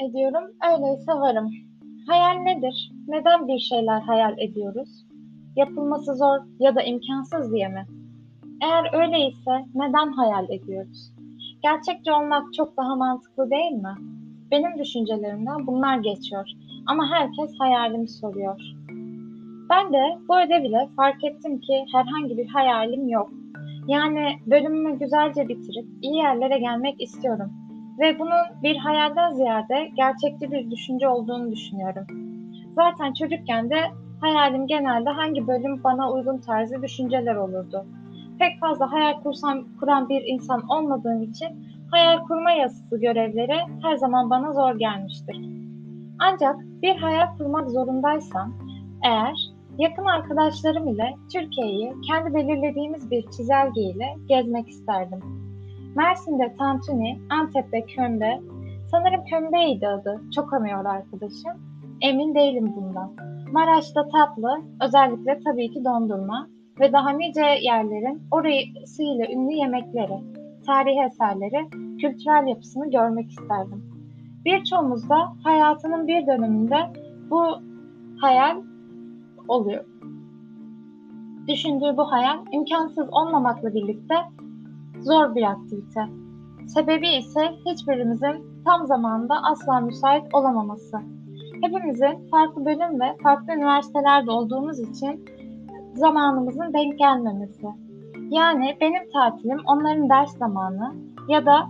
ediyorum, öyleyse varım. Hayal nedir? Neden bir şeyler hayal ediyoruz? Yapılması zor ya da imkansız diye mi? Eğer öyleyse neden hayal ediyoruz? Gerçekçi olmak çok daha mantıklı değil mi? Benim düşüncelerimden bunlar geçiyor. Ama herkes hayalimi soruyor. Ben de bu ödev fark ettim ki herhangi bir hayalim yok. Yani bölümümü güzelce bitirip iyi yerlere gelmek istiyorum. Ve bunun bir hayalden ziyade gerçekçi bir düşünce olduğunu düşünüyorum. Zaten çocukken de hayalim genelde hangi bölüm bana uygun tarzı düşünceler olurdu. Pek fazla kuran bir insan olmadığım için hayal kurma yazısı görevleri her zaman bana zor gelmiştir. Ancak bir hayal kurmak zorundaysam eğer yakın arkadaşlarım ile Türkiye'yi kendi belirlediğimiz bir çizelge ile gezmek isterdim. Mersin'de tantuni, Antep'te kömbe, sanırım kömbeydi adı, çok anıyor arkadaşım. Emin değilim bundan. Maraş'ta tatlı, özellikle tabii ki dondurma ve daha nice yerlerin orasıyla ünlü yemekleri, tarihi eserleri, kültürel yapısını görmek isterdim. Birçoğumuz da hayatının bir döneminde bu hayal oluyor. Düşündüğü bu hayal imkansız olmamakla birlikte zor bir aktivite. Sebebi ise hiçbirimizin tam zamanında asla müsait olamaması. Hepimizin farklı bölüm ve farklı üniversitelerde olduğumuz için zamanımızın denk gelmemesi. Yani benim tatilim onların ders zamanı ya da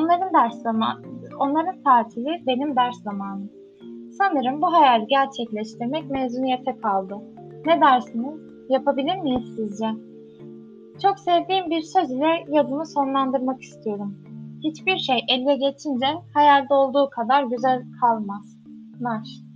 onların tatili benim ders zamanım. Sanırım bu hayali gerçekleştirmek mezuniyete kaldı. Ne dersiniz? Yapabilir miyiz sizce? Çok sevdiğim bir söz ile yazımı sonlandırmak istiyorum. Hiçbir şey elle geçince hayalde olduğu kadar güzel kalmaz. Naş.